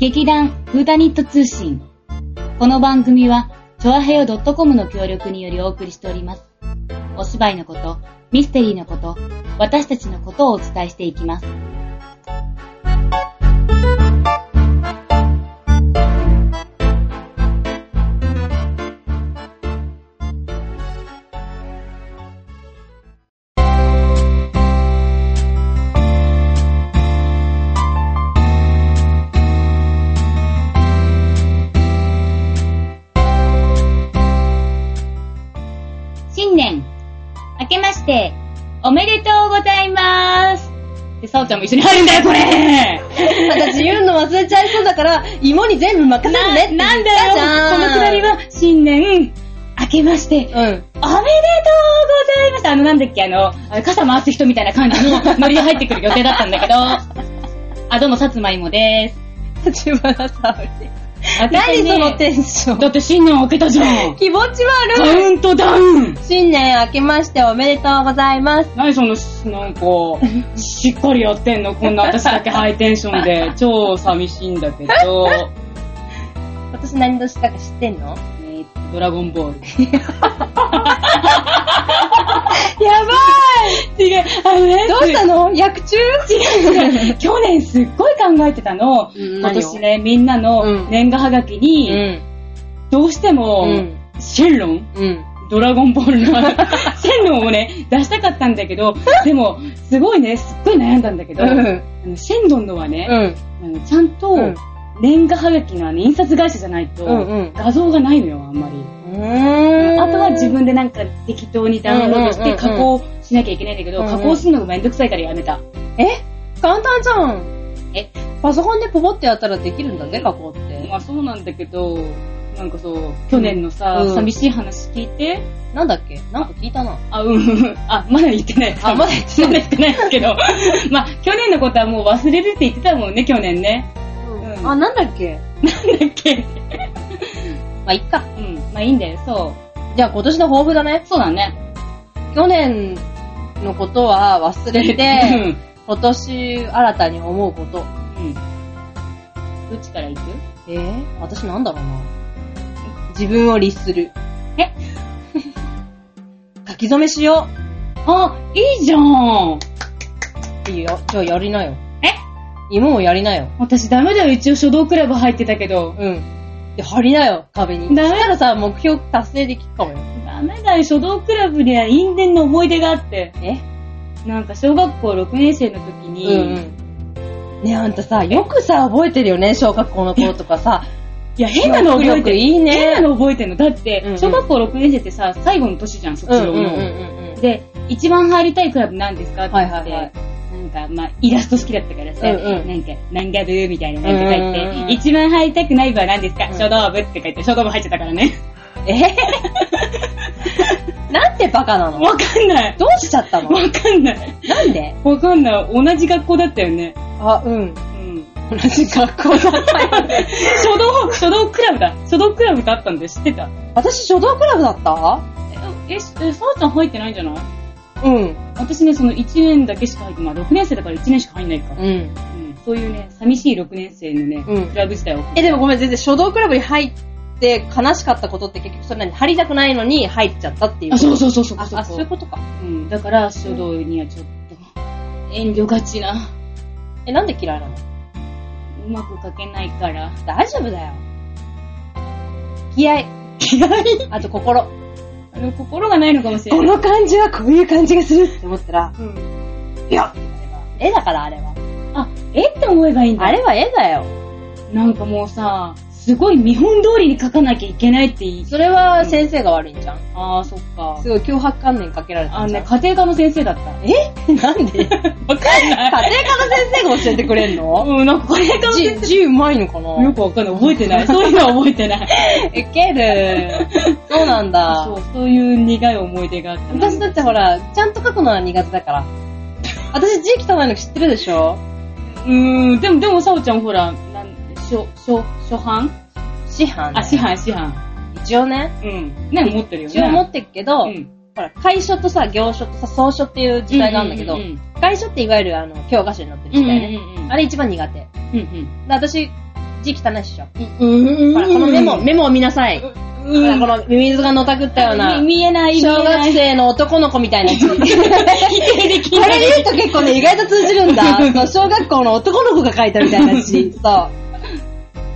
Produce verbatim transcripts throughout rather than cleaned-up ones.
劇団フーダニット通信。この番組はチョアヘヨ .com の協力によりお送りしております。お芝居のこと、ミステリーのこと、私たちのことをお伝えしていきます。新年明けましておめでとうございますで、さおちゃんも一緒に入るんだよこれ私言うの忘れちゃいそうだから芋に全部任せるねって言ったじゃん。 なんだよ、このくだりは新年明けまして、うん、おめでとうございます。あのなんだっけ、あの傘回す人みたいな感じのノリで入ってくる予定だったんだけどあ、どうもさつまいもです。 立花沙織。何そのテンション。 だって新年明けたじゃん。 気持ち悪い。 カウントダウン。 新年明けましておめでとうございます。 何そのなんかしっかりやってんの、こんな私だけハイテンションで超寂しいんだけど今年何年だか知ってんの？ えー、ドラゴンボールやばい。 違う、あのね、 どうしたの？薬中？ 違う違う。去年すっごい考えてたの。うん、今年ね、みんなの年賀はがきに、うん、どうしても、うん、シェンロン、うん、ドラゴンボールのシェンロンをね、出したかったんだけど、でも、すごいね、すっごい悩んだんだけど、うん、あのシェンロンのはね、うん、あのちゃんと、うん、年賀はがきのあの印刷会社じゃないと、うんうん、画像がないのよ、あんまり。うーん、あとは自分でなんか適当にダウンロードして加工しなきゃいけないんだけど、うんうん、加工するのがめんどくさいからやめた。 え？簡単じゃん。え？パソコンでポポってやったらできるんだぜ、加工って。 まあそうなんだけど、なんかそう、去年のさ、うん、寂しい話聞いて。 なんだっけ？なんか聞いたな。 あ、うん。あ、まだ言ってない。 あ、まだ言ってない。 まだ言ってないですけど。まあ去年のことはもう忘れるって言ってたもんね、去年ね。 うんうん、あ、なんだっけ？ なんだっけまあいっか。 うん。まあいいんだよ、そう。 じゃあ今年の抱負だね。 そうだね。 去年のことは忘れて、うん、今年新たに思うこと。うん。 どっちから行く？ えー、私なんだろうな。自分を律する。 え書き初めしよう。あ、いいじゃん。 いいよ。じゃあやりなよ。 え？ 芋もやりなよ。 私ダメだよ。一応書道クラブ入ってたけど。 うん。で、貼りなよ、壁に。 ダメ。 そしたらさ、目標達成できるかもよ。 ダメだよ、書道クラブには因縁の思い出があって。 え？ なんか小学校ろくねん生の時に、うんうん、 ねえ、あんたさ、よくさ、覚えてるよね、小学校の頃とかさ。 いや、変なの覚えてる。 いいね。 変なの覚えてるの。だって、うんうん、小学校ろくねん生ってさ、最後の年じゃん、卒業の。うんうんうんうん、で、一番入りたいクラブなんですかって言って、はいはいはい、なんか、まあ、イラスト好きだったからさ、うんうん、なんか、何ガブーみたいななんか書いて、うんうんうん、一番入りたくない部は何ですか、うん、書道部って書いて、書道部入っちゃったからね。 えなんてバカなの？ わかんない。 どうしちゃったの？ わかんない。 なんで？ わかんない。同じ学校だったよね。 あ、うん。うん。同じ学校だったよね。 書道、書道クラブだ。書道クラブだったんで知ってた？ 私書道クラブだった？ え、え、さおちゃん入ってないんじゃない？ うん。 私ね、そのいちねんだけしか入ってない。ろくねん生だからいちねんしか入んないから。うん。うん。そういうね、寂しいろくねん生のね、うん、クラブ自体を。 え、でもごめん、全然書道クラブに入って悲しかったことって結局それなに入りたくないのに入っちゃったっていう。 あ、そうそうそうそうそう。 あ、そういうことか。 うん。だから書道にはちょっと遠慮がちな。 え、なんで嫌いなの？ うまく書けないから。 大丈夫だよ。気合い。 気合い？ あと心。 あの、心がないのかもしれない。 この感じはこういう感じがするって思ったら、うん。いや、絵だからあれは。 あ、絵って思えばいいんだ。 あれは絵だよ。 なんかもうさ、すごい見本通りに書かなきゃいけないって言い。 それは先生が悪いんじゃん。 うん、ああ、そっか。 すごい脅迫観念かけられたんじゃん。 あのね、家庭科の先生だった。 え？なんで？わかんない。家庭科の先生が教えてくれんの？ うん、なんか家庭科の先生。 字うまいのかな？ よくわかんない。覚えてない。そういうのは覚えてない。 ウケる。そうなんだ。 そう、そういう苦い思い出があった。 私だってほら、ちゃんと書くのは苦手だから。私字汚いの知ってるでしょ？ うーん、でも、でも、さおちゃんほら、なん、初、初、初版？ 師範、ね。 あ、師範、師範。 一応ね。 うん。ね、持ってるよね。 一応持ってるけど、うん、ほら、楷書とさ、行書とさ、草書っていう時代があるんだけど、うんうんうん、楷書っていわゆるあの、教科書に載ってる時代ね。うんうんうん、あれ一番苦手。うんうん、で私、 字汚いっしょ。 うん。 ほら、このメモ、メモを見なさい。うん。このミミズがのたくったような。 見えない、見えない。 小学生の男の子みたいな字。これ否定できない。 これ言うと結構ね、意外と通じるんだ。小学校の男の子が書いたみたいな字。そう。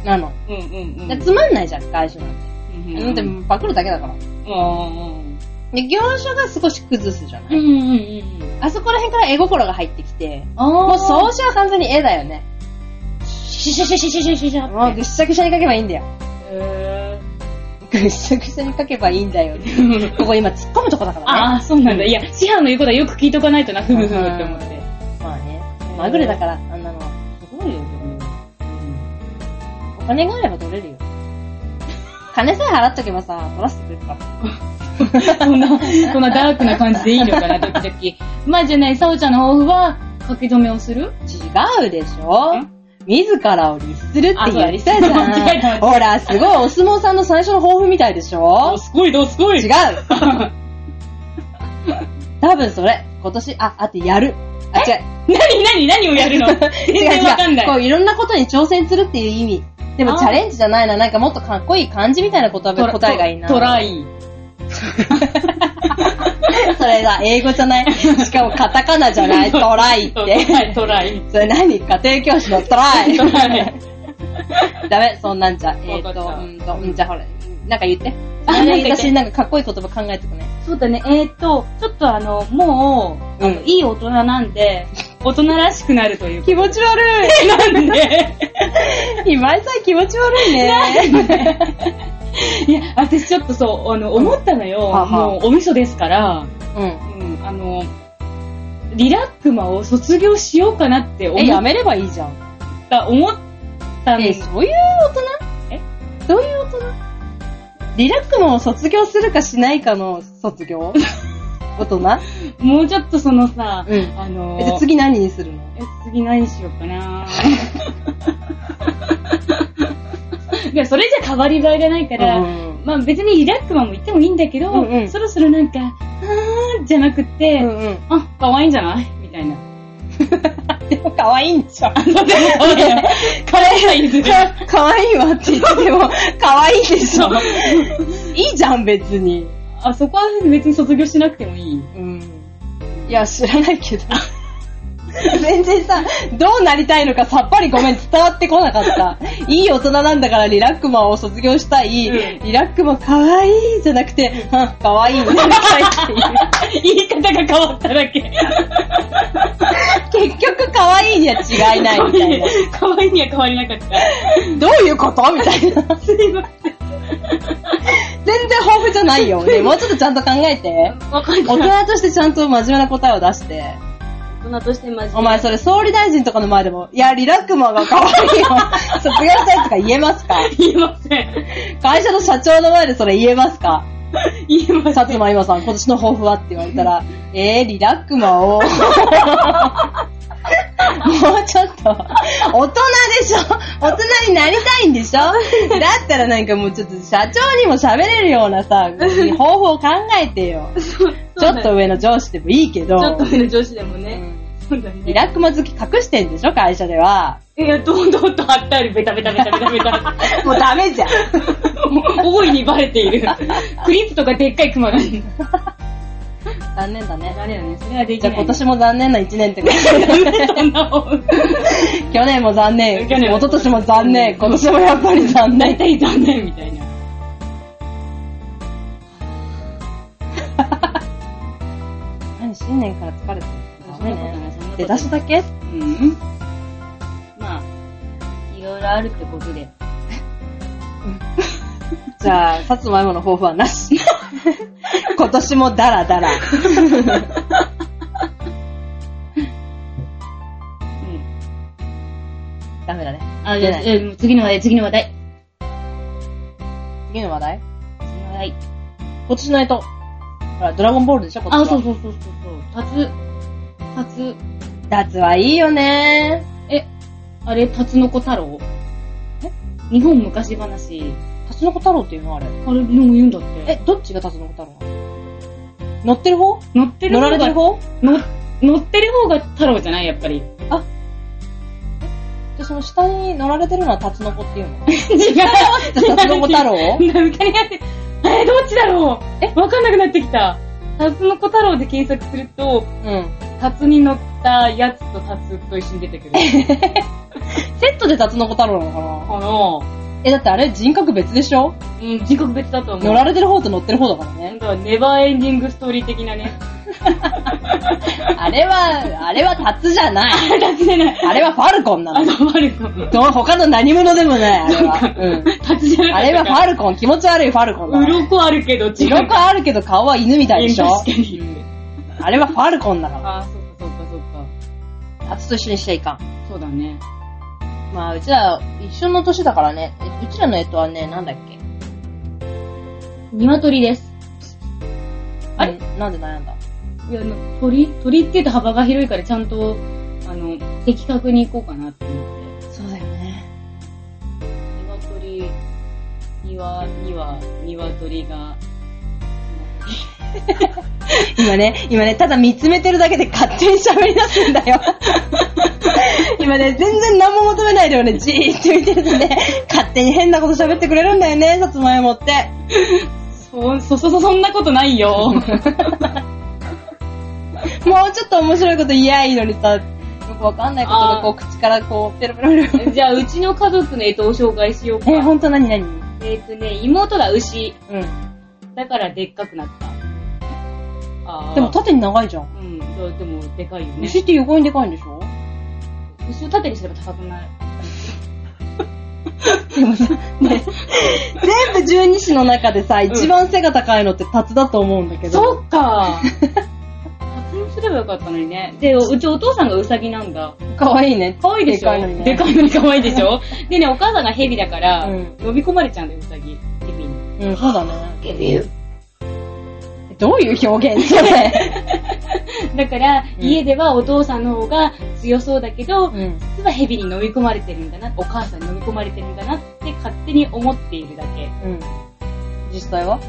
なの。うんうんうん。つまんないじゃん、外書なんて。うんうん。だってパクるだけだから。うんうん。で、行書が少し崩すじゃない。うんうんうん。あそこら辺から絵心が入ってきて、もう草書は完全に絵だよね。 シシシシシシシシャもうぐっしゃぐしゃに描けばいいんだよ。へー。ぐっしゃぐしゃに描けばいいんだよ。ここ今突っ込むとこだからね。 ああ、そうなんだ。いや、師範の言うことはよく聞いとかないとな、ふむふむって思って。 まあね。まぐれだから、あんなの。すごいよ、うん。お金があれば取れるよ。金さえ払っとけばさ、取らせてくれるから。 そんな、そんなダークな感じでいいのかな、時々。まあじゃない、さおちゃんの抱負は、書き留めをする？ 違うでしょ？自らを律するって言ってたじゃん。ほら、すごいお相撲さんの最初の抱負みたいでしょ？ すごい、どうすごい。 違う。多分それ、今年、あ、あってやる。あ、違う。 何、何、何をやるの？全然わかんない。 こう、いろんなことに挑戦するっていう意味。でもチャレンジじゃないな、なんかもっとかっこいい漢字みたいな答え答えがいいな。 トライ。 それだ、英語じゃない。しかもカタカナじゃない。トライって。 トライ。 それ何？家庭教師のトライ。トライ。ダメ、そんなんじゃ。えーっと、うんと、うん、じゃあほら、なんか言って。私なんかかっこいい言葉考えてくね。 そうだね、えーっと、ちょっとあの、もう、うん、いい大人なんで、大人らしくなるという。 気持ち悪い。 なんで今井さん気持ち悪いね。 いや、私ちょっとそう、あの、思ったのよ。うん、ははもうお味噌ですから、うん、うん、あの、リラックマを卒業しようかなって思った。 え、やめればいいじゃん。 思ったんです。え、そういう大人？え？どういう大人？リラックマを卒業するかしないかの卒業？大人？ もうちょっとそのさ、うん、あのー、次何にするの？ え、次何しようかな。いや、それじゃ変わり映えがないから、うん、まあ別にリラックマも言ってもいいんだけど、うんうん、そろそろなんか、あーじゃなくって、うんうん、あ、可愛いんじゃないみたいな。 でも可愛いんでしょ。でも可愛い。可愛い。 可愛いわって言っても可愛いでしょ。いいじゃん別に。 あそこは別に卒業しなくてもいい。うん。 いや知らないけど。全然さ、どうなりたいのかさっぱりごめん伝わってこなかった。いい大人なんだからリラックマを卒業したい。うん、リラックマ可愛いじゃなくて、うん、可愛いになりたいっていう。 言い方が変わっただけ。 結局可愛いには違いないみたいな。 可愛いには変わりなかった。 どういうことみたいな。 すいません。 全然豊富じゃないよ。ね、もうちょっとちゃんと考えて。大人としてちゃんと真面目な答えを出して。 大人として真面目。 お前それ総理大臣とかの前でも、いや、リラックマが可愛いよ。卒業したいとか言えますか？ 言えません。 会社の社長の前でそれ言えますか？ 言えません。 薩摩今さん、今年の抱負はって言われたら、えー、リラックマを。もうちょっと、大人でしょ？大人になりたいんでしょ？だったらなんかもうちょっと社長にも喋れるようなさ、方法を考えてよ。ちょっと上の上司でもいいけど。 ちょっと上の上司でもね。 うん、そうだね。リラックマ好き隠してんでしょ？会社では。 いや、どんどんと貼ってあるベタベタベタベタベタ。 もうダメじゃん。 大いにバレている。クリップとかでっかいクマが。 残念だね。 残念だね。それはできない。 じゃあ今年も残念な一年ってこと去年も残念。去年も。一昨年も残念。今年もやっぱり残念。 大体残念みたいな。 何新年から疲れてる？ダメね。出だしだけ？うん。 まあ、いろいろあるってことで。 じゃあ、さつまいもの抱負はなし。今年もダラダラ。うん、ダメだね。 あ、じゃあ、次の話題、次の話題。 次の話題次の話題。 今年のえと。ほら、ドラゴンボールでしょ、今年は。 あ、そうそうそうそう。タツ、タツ。 タツはいいよねー。え、あれ、タツノコ太郎？え？日本昔話。 タツノコ太郎っていうのあれ？ あれ、でも言うんだって。 え、どっちがタツノコ太郎？乗ってる方？ 乗ってる方が。乗られてる方？乗、乗ってる方が太郎じゃないやっぱり。あ、 じゃその下に乗られてるのはタツノコっていうの？ 違う。 タツノコ太郎？ えー、どっちだろう？え、わかんなくなってきた。タツノコ太郎で検索すると、うん。タツに乗ったやつとタツと一緒に出てくる。 セットでタツノコ太郎なのかな？かな。え、だってあれ人格別でしょ？ うん、人格別だと思う。 乗られてる方と乗ってる方だからね。 だからネバーエンディングストーリー的なね。 あれは、あれはタツじゃない。 あれタツじゃない。 あれはファルコンなの。 あのファルコン。 ど他の何者でもない、あれは。うん。 タツじゃない。 あれはファルコン、気持ち悪いファルコンだ。 鱗あるけど違う。 鱗あるけど顔は犬みたいでしょ？ 確かに。 うん、あれはファルコンだから。 ああ、そっかそっかそっか。 タツと一緒にしちゃいかん。 そうだね。 まあ、うちら一緒の年だからね。うちらの干支はね、なんだっけ？ 鶏です。 あれ？なんで悩んだ？ いや、鳥鳥って言うと幅が広いからちゃんと、あの、的確に行こうかなって思って。 そうだよね。 鶏、庭、庭、鶏が、 今ね、今ね、ただ見つめてるだけで勝手に喋り出すんだよ。今ね、全然何も求めないでよね、じーって見てるとね、勝手に変なこと喋ってくれるんだよね、さつまいもって。 そ、そ、そ、そんなことないよ。 もうちょっと面白いこと言いやいいのにさ、よくわかんないことがこう口からこうペロペロペロ。 じゃあうちの家族の干支を紹介しようか。 え、ほんと何何？ えっとね、妹が牛。うん。だからでっかくなった。 あでも縦に長いじゃん。 うん。でもでかいよね。 牛って横にでかいんでしょ？ 牛を縦にすれば高くなる。 でもさ、ね、全部十二支の中でさ、一番背が高いのってタツだと思うんだけど。 そっか。そうすればよかったのにね。で、うちお父さんがウサギなんだ。 かわいいね。 かわいいでしょ？でかいのにね。でかいのにかわいいでしょ？でね、お母さんがヘビだから、うん、呼び込まれちゃうんだよ、ウサギ。ヘビに。 うん、そうだね。 ヘビ。 どういう表現それ？ だから、うん、家ではお父さんの方が強そうだけど、うん、実はヘビに飲み込まれてるんだな、お母さんに飲み込まれてるんだなって勝手に思っているだけ。うん、 実際は？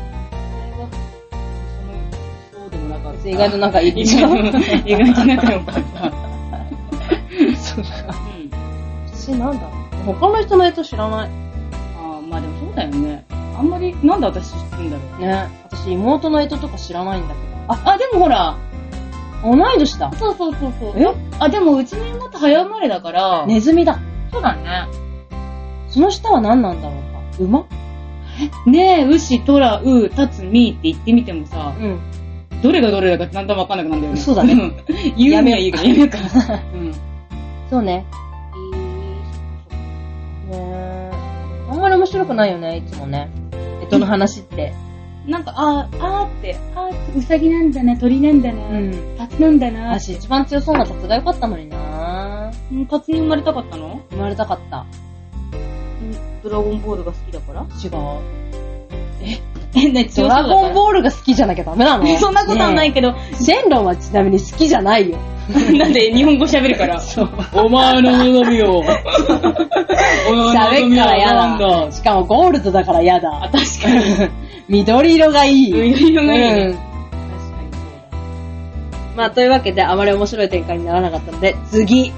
意外と仲いいでしょ？意外と仲良かった。 そうか。うん。私なんだろう。他の人の干支知らない。 ああ、まあでもそうだよね。あんまり、なんで私知ってるんだろう。 ね。私妹の干支とか知らないんだけど。 あ、あ、でもほら。 同い年だ。 そうそうそうそう。え？あ、でもうちの妹早生まれだから。 ネズミだ。 そうだね。 その下は何なんだろうか。馬？ え？ねえ、牛、トラ、ウ、タツ、ミーって言ってみてもさ。うん。どれがどれだかってなんだかわかんなくなるんだよね。 そうだね。 言うにはいいからやめようか。うん。 そうね。えー、ねー。あんまり面白くないよね、いつもね。干支の話って。 なんか、あー、あーって、あー、うさぎなんだな、鳥なんだな、うん、タツなんだな。 私一番強そうなタツが良かったのになぁ。タツに生まれたかったの？ 生まれたかった。 ドラゴンボールが好きだから？ 違う。ええ、ね、ドラゴンボールが好きじゃなきゃダメなの？ そんなことはないけど、ね、 シェンロンはちなみに好きじゃないよ。 なんで日本語喋るから。そう。お前の望みを。 喋っからやだ。しかもゴールドだからやだ。 あ、確かに。 緑色がいい。 緑色がいい、ね。うん。確かにそうだ。まあ、というわけであまり面白い展開にならなかったので、次。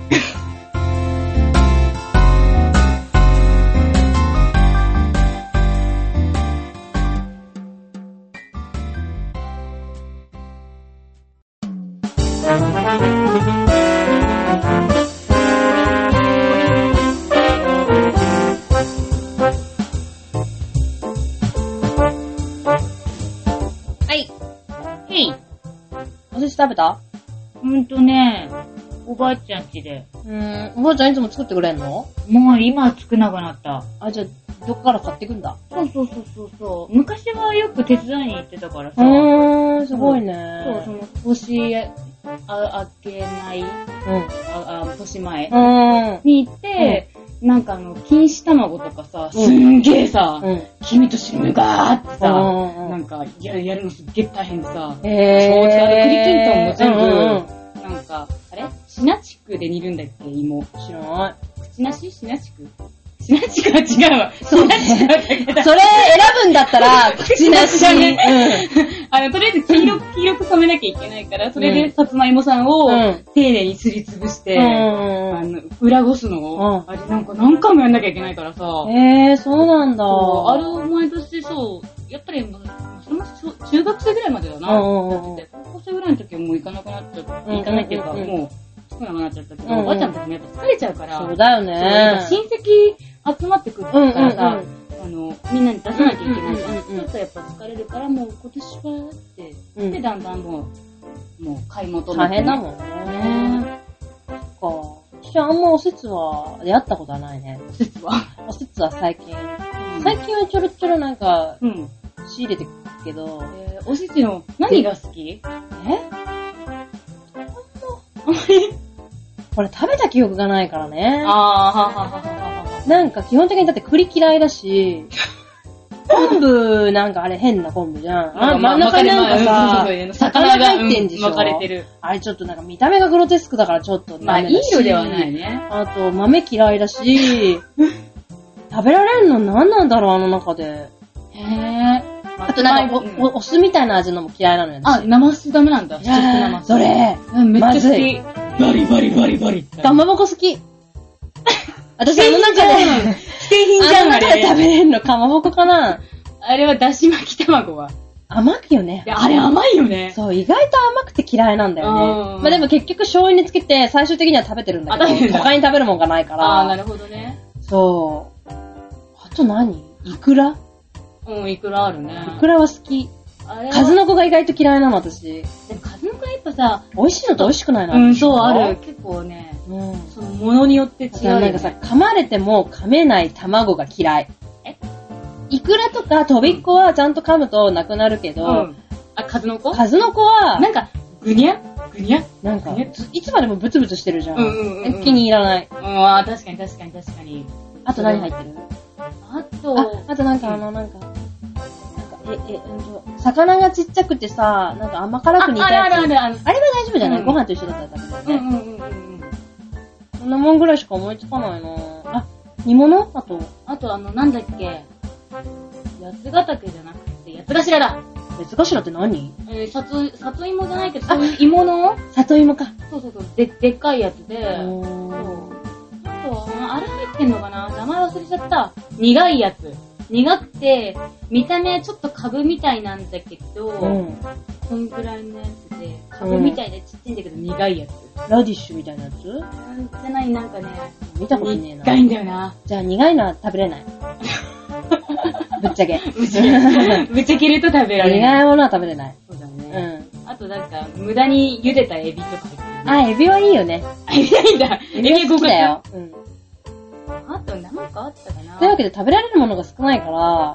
食べた？ ほんとね、おばあちゃん家で。 うーん、おばあちゃんいつも作ってくれんの？ もう今は作らなくなった。 あ、じゃあ、どっから買ってくんだ？ そうそうそうそうそう。昔はよく手伝いに行ってたからさ。 うーん、すごいね。 そう、その、年、あ、明けない、うん、あ、あ、年前に行って、うん、なんかあの、錦糸卵とかさ、すんげえさ、うん、黄身と白身がーってさ、うん、なんかや、やるのすっげえ大変でさ、 へー。 そう、あれ、栗きんとんも全部、うんうん、なんか、あれシナチクで煮るんだっけ、芋。 知らない。 口なしシナチクシナチクは違うわ。 そうね。それ選ぶんだったら、口なし。うん。 あの、とりあえず黄色く、黄色く染めなきゃいけないから、それでさつまいもさんを丁寧にすりつぶして、うん、あの、裏ごすのを、うん、あれなんか何回もやんなきゃいけないからさ。 へえー、そうなんだ。 あれを毎年そう、やっぱり、その中学生ぐらいまでだな、うんって高校生ぐらいの時はもう行かなくなっちゃった、行かないっていうか、もう少なくなっちゃったけど、おばあちゃんたちもやっぱ疲れちゃうから、 そうだよね。 親戚集まってくるからさ、あの、みんなに出さなきゃいけないじゃん。ちょっとやっぱ疲れるから、もう今年はって、うん、で、だんだんもう、もう買い求めて。 大変だもんね。そっか。私はあんまおせつは出会ったことはないね。 おせつはおせつは最近。うん、最近はちょろちょろなんか、うん、仕入れてくるけど、 えー、おせちの何が好き？えあんまりこれ食べた記憶がないからね。あーはははは。なんか基本的にだって栗嫌いだし、昆布なんかあれ変な昆布じゃん。あ、真ん中になんかさ、魚が入ってんでしょ。 巻かれてる。 あれちょっとなんか見た目がグロテスクだからちょっとまあいい色ではないね。 あと豆嫌いだし、食べられるの何なんだろうあの中で。へぇー。あとなんかお、お、お酢みたいな味のも嫌いなのよね。 あ、生酢ダメなんだ。生酢。それ、 うん、めっちゃ好き。バリバリバリバリ。 かまぼこ好き。私あの中で、 既製品じゃん、 あれ。あの中で食べれるのかまぼこかな。 あれはだし巻き卵は。 甘いよね。 いや、あれ甘いよね。 そう、意外と甘くて嫌いなんだよね。まあでも結局醤油につけて最終的には食べてるんだけど、他に食べるもんがないから。 ああ、なるほどね。 そう。あと何？イクラ？ うん、イクラあるね。 イクラは好き。あれは数の子が意外と嫌いなの、私。 でも数の子はやっぱさ、 美味しいのと美味しくないの。 うん、そう、ある。結構ね、うん、そのものによって違う、ね。 なんかさ、噛まれても噛めない卵が嫌い。え？イクラとかとびっこはちゃんと噛むとなくなるけど、うん、 あ、数の子？ 数の子は、 なんか、ぐにゃぐにゃなんか、いつまでもブツブツしてるじゃん。うんうんうん、気に入らない。 うん、あ、確かに確かに確かに。 あと何入ってる？ あと、 あ、あとなんかあの、なんか、え、え、うんと、魚がちっちゃくてさ、なんか甘辛く煮たやつ。あ、あるあるある。あれは大丈夫じゃない、うん、ご飯と一緒だったら食べるね。うんうんうんうん。そんなもんぐらいしか思いつかないな。あ、煮物？あと。 あとあの、なんだっけ。八ヶ岳じゃなくて、八つ頭だ。 八つ頭って何？ えー、さつ、里芋じゃないけど、そういう芋の里芋か。 そうそうそう。で、でっかいやつで。そう。あとは、あれ入ってんのかな？名前忘れちゃった。苦いやつ。苦くて、見た目ちょっとカブみたいなんだけど、うん、こんぐらいのやつで、カブみたいでちっちゃいんだけど苦いやつ。 ラディッシュみたいなやつ？ じゃない、なんかね。 見たことねえな。 苦いんだよな。 じゃあ苦いのは食べれない。ぶっちゃけ。 ぶっちゃけ。ぶっちゃけると食べられない。 苦いものは食べれない。 そうだね。うん。あとなんか、無駄に茹でたエビとか入ってる、ね。 あ、エビはいいよね。 エビはいいんだ。エビ好きだよ。うん。 あとなんかあったかな。 というわけで食べられるものが少ないから、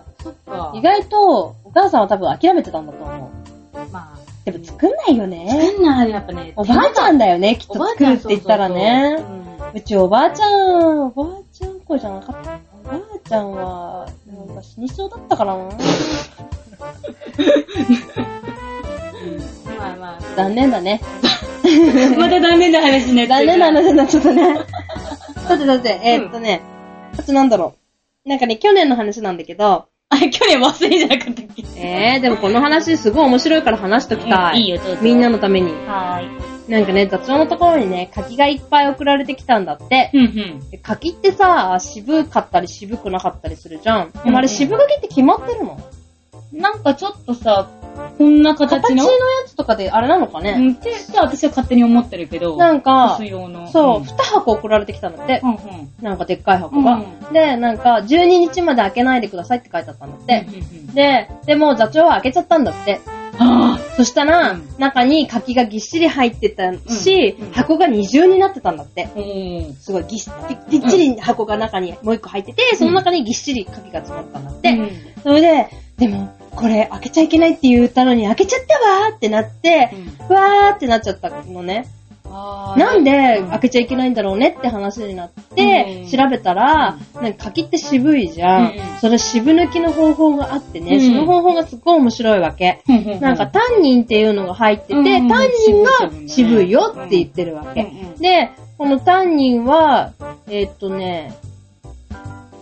そっか。 意外とお母さんは多分諦めてたんだと思う。まあ。でも作んないよね。 作んない、やっぱね。 おばあちゃんだよね、きっと作るって言ったらね。うちおばあちゃん、おばあちゃん子じゃなかった。おばあちゃんは、なんか死にそうだったからな。まあまあ。残念だね。 また残念な話になっちゃった。残念な話になっちゃったね。だってだって、えー、っとね、うん、あとなんだろう。なんかね、去年の話なんだけど、 あ、去年忘れじゃなかったっけ？ えー、でもこの話すごい面白いから話しときたい。 うん、いいよ、どうぞ。 みんなのために。 はーい。なんかね、座長のところにね、柿がいっぱい送られてきたんだって。うんうん。柿ってさ、渋かったり渋くなかったりするじゃん。でもあれ渋柿って決まってるの？ なんかちょっとさ、こんな形の形のやつとかであれなのかね、 うん、って私は勝手に思ってるけど。 なんか、 用のそう、に、うん、箱送られてきたのって、うんうん。なんかでっかい箱が、 うんうん。 で、なんか、じゅうににちまで開けないでくださいって書いてあったんだって。うんうんうん、で、でも座長は開けちゃったんだって。 はぁ。そしたら、うん、中に柿がぎっしり入ってたし、うんうん、箱が二重になってたんだって。うん、すごいぎっしり、ぎっちり箱が中にもう一個入ってて、その中にぎっしり柿が詰まったんだって。うん、それで、でも、これ開けちゃいけないって言ったのに開けちゃったわーってなって、うん、わーってなっちゃったのね。あなんで開けちゃいけないんだろうねって話になって、うん、調べたら、うん、なんか柿って渋いじゃん、うん。それ渋抜きの方法があってね、うん、その方法がすっごい面白いわけ。うん、なんかタンニンっていうのが入ってて、うん、タンニンが渋いよって言ってるわけ。うん、で、このタンニンは、えー、っとね、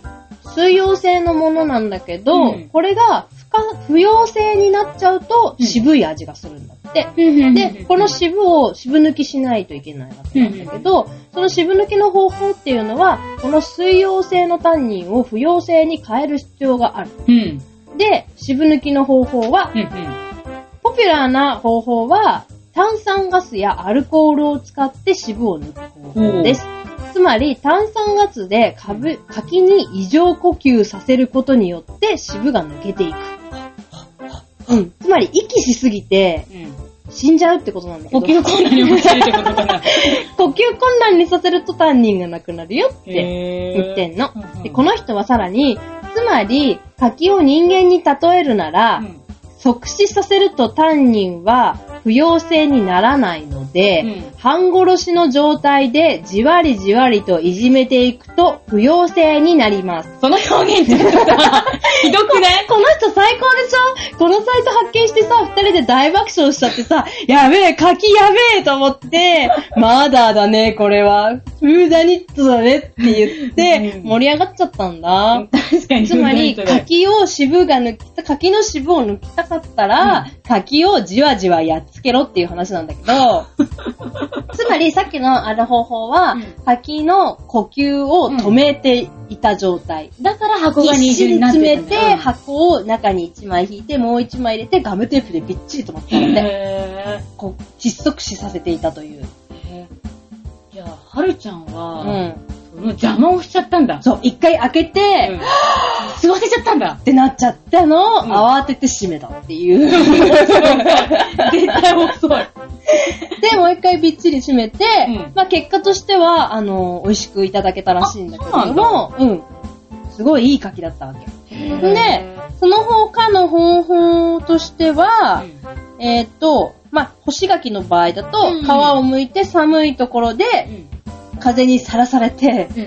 水溶性のものなんだけど、うん、これが不溶性になっちゃうと渋い味がするんだって。うん、で、この渋を渋抜きしないといけないわけなんだけど、うん、その渋抜きの方法っていうのは、この水溶性のタンニンを不溶性に変える必要がある。うん、で、渋抜きの方法は、うんうん、ポピュラーな方法は、炭酸ガスやアルコールを使って渋を抜く方法です。つまり、炭酸ガスで柿に異常呼吸させることによって渋が抜けていく。うん。つまり、息しすぎて、うん、死んじゃうってことなんだけど。 呼吸困難にもされるってことかな。 呼吸困難にさせるとタンニンがなくなるよって言ってんの。で、この人はさらに、つまり、柿を人間に例えるなら、うん、即死させるとタンニンは不溶性にならないので、うん、半殺しの状態でじわりじわりといじめていくと不溶性になります。 その表現ってさ、ひどくねこの人最高でしょ。このサイト発見してさ、二人で大爆笑しちゃってさ、やべえ、柿やべえと思って、まだだね、これは。フーダニットだねって言って盛り上がっちゃったんだ。 確かに。 つまり、柿を渋が抜きた、柿の渋を抜きたかったら、うん、柿をじわじわやっつけろっていう話なんだけど、つまりさっきのある方法は、うん、柿の呼吸を止めていた状態。 うん、だから箱が二重になってる。 詰めて、箱を中に一枚引いて、もう一枚入れて、ガムテープでびっちり止まったので、こう窒息死させていたという。 いや、はるちゃんは、うん、その邪魔をしちゃったんだ。 そう、一回開けて、うん、 吸わせちゃったんだってなっちゃったのを、うん、慌てて閉めたっていう。 絶対遅い。 で、もう一回びっちり閉めて、うん、まあ結果としては、あの、美味しくいただけたらしいんだけれども、うん。すごいいい柿だったわけ。で、その他の方法としては、うん、えっと、まあ、干し柿の場合だと、皮を剥いて寒いところで、うん、風にさらされて、うんうん、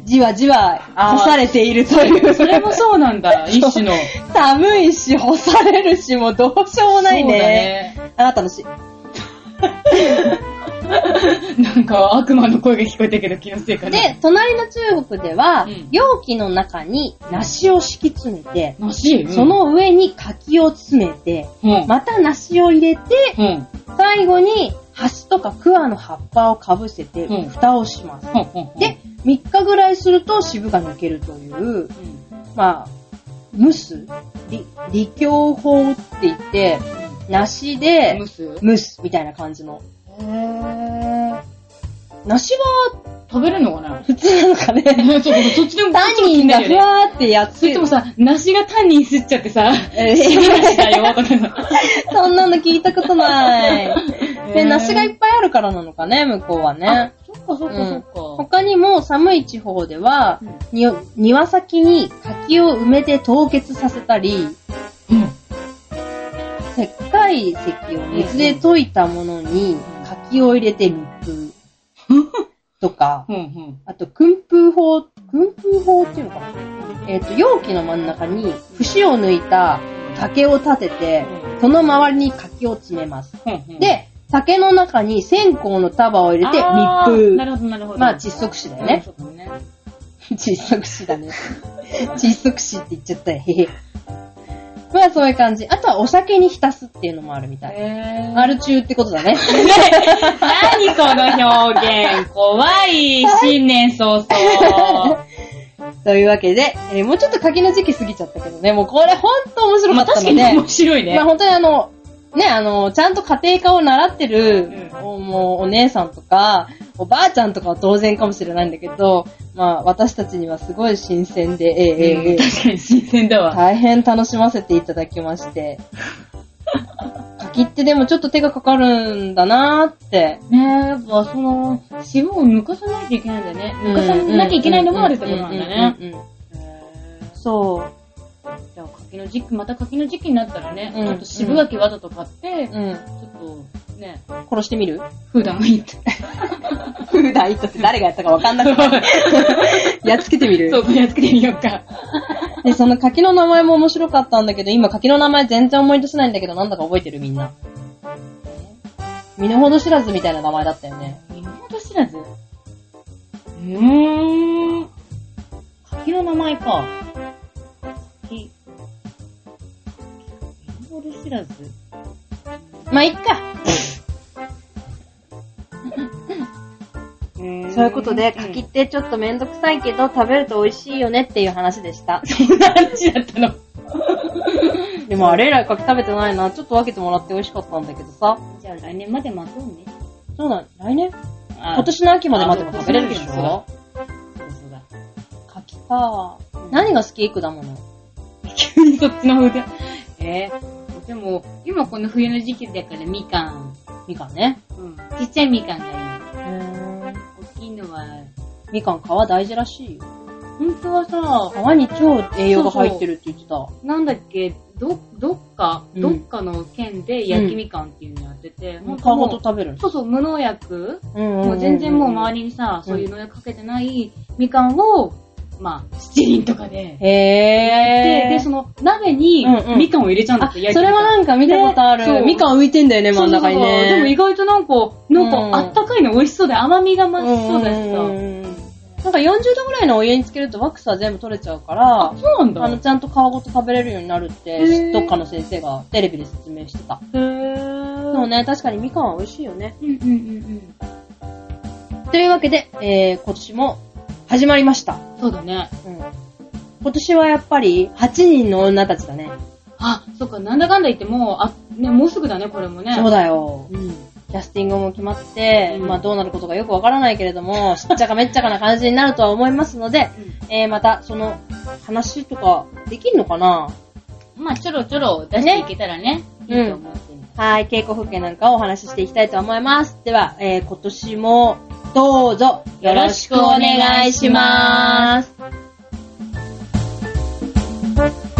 じわじわ干されているという。 それもそうなんだ、一種の。 寒いし、干されるし、もうどうしようもないね。そうだね。あ、楽しい。 なんか悪魔の声が聞こえたけど気のせいかな。 で、隣の中国では、うん、容器の中に梨を敷き詰めて、 梨、うん、 その上に柿を詰めて、うん、また梨を入れて、うん、最後に端とか桑の葉っぱをかぶせて、うん、蓋をします、うん。で、みっかぐらいすると渋が抜けるという、うん、まあ、蒸す利強法って言って、梨で蒸す蒸すみたいな感じの。へー。梨は食べるのかな？ 普通なのかね。 そう、そっちでもタンニンがふわーってやつ。 それともさ、梨がタンニン吸っちゃってさ、えー、死にましたよとかさ。 そんなの聞いたことない。で、梨がいっぱいあるからなのかね、向こうはね。 そっかそっかそっか、うん。 他にも寒い地方では、うん、に庭先に柿を埋めて凍結させたり、うん、石灰石を水で溶いたものに柿を入れて密封とか、うんうん、あと燻風法、燻風法っていうのかな、えっと、容器の真ん中に節を抜いた竹を立てて、その周りに柿を詰めます。うんうん、で、竹の中に線香の束を入れて密封。 なるほどなるほど。 まあ窒息死だよね。うん、ね窒息死だね。窒息死って言っちゃったよ。へへ。まあそういう感じ。あとはお酒に浸すっていうのもあるみたい。へー。アル中ってことだね。 何この表現。怖い。新年早々。 というわけで、えー、もうちょっと柿の時期過ぎちゃったけどね、もうこれほんと面白かったので。 まあ、確かに面白いね。 まあ本当にあの、ね、あの、ちゃんと家庭科を習ってる、うん、お, もうお姉さんとか、おばあちゃんとかは当然かもしれないんだけど、まあ私たちにはすごい新鮮で、ええええ、確かに新鮮だわ。 大変楽しませていただきまして。柿ってでもちょっと手がかかるんだなーって。 ねえ、やっぱその、脂肪を抜かさないといけないんだね。抜かさなきゃいけないのもあるってことなんだね。 そう。 じゃあ柿の時期、また柿の時期になったらね、うん、ちょっと渋柿わざと買って、うん、ちょっとね、 殺してみる？ フーダンイット。 フーダンイットって誰がやったかわかんなくて。やっつけてみる？ そう、やっつけてみようか。 で、その柿の名前も面白かったんだけど、今柿の名前全然思い出せないんだけど、なんだか覚えてるみんな。身の程知らずみたいな名前だったよね。 身の程知らず？うーん。柿柿の名前か。柿。ボール知らず。まあ、いっか。そういうことで、柿ってちょっとめんどくさいけど、食べると美味しいよねっていう話でした。 そんな話だったの。 でもあれ以来柿食べてないな。ちょっと分けてもらって美味しかったんだけどさ。 じゃあ来年まで待とうね。 そうだ、来年今年の秋まで待てば食べれるでしょ。そうだ。柿か。何が好き？果物。 急にそっちの方で。えー、でも、今この冬の時期だからみかん。 みかんね。 うん。ちっちゃいみかんがいい。大きいのは、 みかん皮大事らしいよ。 本当はさ、 皮に超栄養が入ってるって言ってた。そうそうなんだっけ、ど、どっか、うん、どっかの県で焼きみかんっていうのやってて、 うん、皮ごと食べる。 そうそう、無農薬、うんうんうんうん、もう全然もう周りにさ、そういう農薬かけてないみかんを、まあ、七輪とかで、 へー。 で、その鍋にみかんを入れちゃうんだって、 うんうん、それはなんか見たことある。みかん浮いてんだよね、真ん中にね。そうそうそう、 でも意外となんか、なんかあったかいの美味しそうで甘みが増しそうだしさ。うんうんうん、 なんかよんじゅうどぐらいのお湯につけるとワックスは全部取れちゃうから、 あ、そうなんだ。 あの、ちゃんと皮ごと食べれるようになるって、どっかの先生がテレビで説明してた。 へー。 そうね、確かにみかんは美味しいよね。 うんうんうんうん。というわけで、えー、今年も始まりました。 そうだね。 うん。今年はやっぱりはちにんの女たちだね。 あ、そっか、なんだかんだ言ってもう、あ、ね、もうすぐだね、これもね。 そうだよ。うん。キャスティングも決まって、うん、まあどうなることかよくわからないけれども、しっちゃかめっちゃかな感じになるとは思いますので、うん、えー、またその話とかできんのかな？ まあちょろちょろ出していけたらね、ねいいと思って、ね、 うん。はい、稽古風景なんかをお話ししていきたいと思います。では、えー、今年もどうぞよろしくお願いします。